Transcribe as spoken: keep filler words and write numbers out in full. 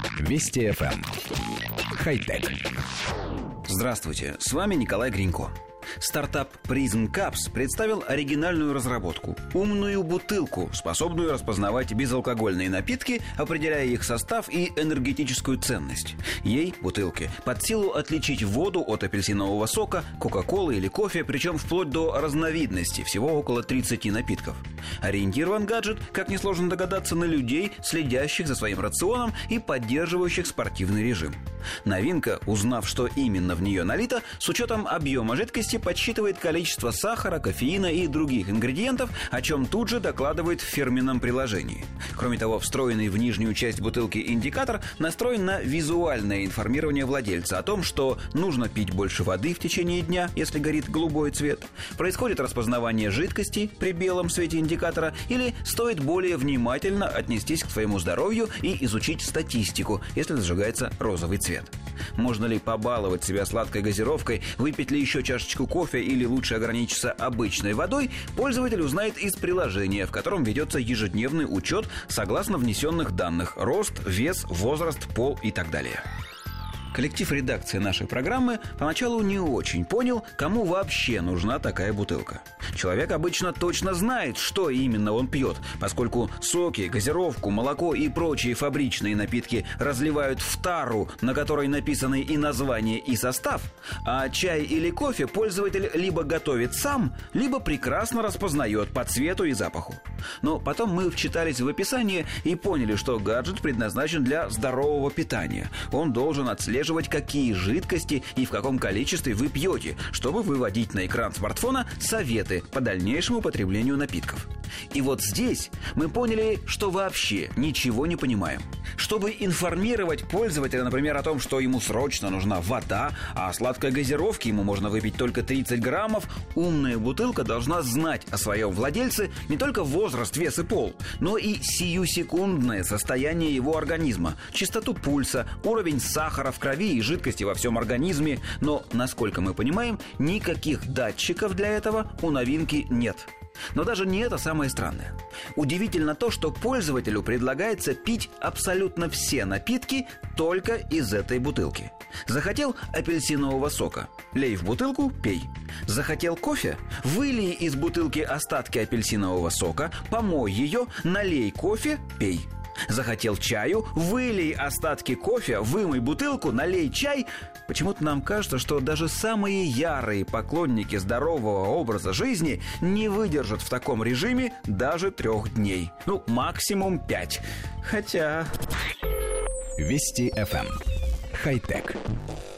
Вести эф эм. Хай-тек. Здравствуйте, с вами Николай Гринько. Стартап Prism Cups представил оригинальную разработку – умную бутылку, способную распознавать безалкогольные напитки, определяя их состав и энергетическую ценность. Ей, бутылке, под силу отличить воду от апельсинового сока, кока-колы или кофе, причем вплоть до разновидностей, всего около тридцати напитков. Ориентирован гаджет, как несложно догадаться, на людей, следящих за своим рационом и поддерживающих спортивный режим. Новинка, узнав, что именно в нее налито, с учетом объема жидкости подсчитывает количество сахара, кофеина и других ингредиентов, о чем тут же докладывает в фирменном приложении. Кроме того, встроенный в нижнюю часть бутылки индикатор настроен на визуальное информирование владельца о том, что нужно пить больше воды в течение дня, если горит голубой цвет, происходит распознавание жидкости при белом свете индикатора, или стоит более внимательно отнестись к своему здоровью и изучить статистику, если зажигается розовый цвет. Можно ли побаловать себя сладкой газировкой, выпить ли еще чашечку кофе или лучше ограничиться обычной водой, пользователь узнает из приложения, в котором ведется ежедневный учет согласно внесенных данных: рост, вес, возраст, пол и так далее. Коллектив редакции нашей программы поначалу не очень понял, кому вообще нужна такая бутылка. Человек обычно точно знает, что именно он пьет, поскольку соки, газировку, молоко и прочие фабричные напитки разливают в тару, на которой написаны и название, и состав, а чай или кофе пользователь либо готовит сам, либо прекрасно распознает по цвету и запаху. Но потом мы вчитались в описание и поняли, что гаджет предназначен для здорового питания. Он должен отслеживать, какие жидкости и в каком количестве вы пьете, чтобы выводить на экран смартфона советы по дальнейшему потреблению напитков. И вот здесь мы поняли, что вообще ничего не понимаем. Чтобы информировать пользователя, например, о том, что ему срочно нужна вода, а сладкой газировки ему можно выпить только тридцать граммов, умная бутылка должна знать о своем владельце не только возраст, вес и пол, но и сиюсекундное состояние его организма, частоту пульса, уровень сахара в крови и жидкости во всем организме. Но, насколько мы понимаем, никаких датчиков для этого у новинки нет. Но даже не это самое странное. Удивительно то, что пользователю предлагается пить абсолютно все напитки только из этой бутылки. Захотел апельсинового сока? Лей в бутылку, пей. Захотел кофе? Вылей из бутылки остатки апельсинового сока, помой ее, налей кофе, пей. Захотел чаю? Вылей остатки кофе, вымой бутылку, налей чай. Почему-то нам кажется, что даже самые ярые поклонники здорового образа жизни не выдержат в таком режиме даже трех дней. Ну, максимум пять. Хотя... Вести эф эм. Хай-тек.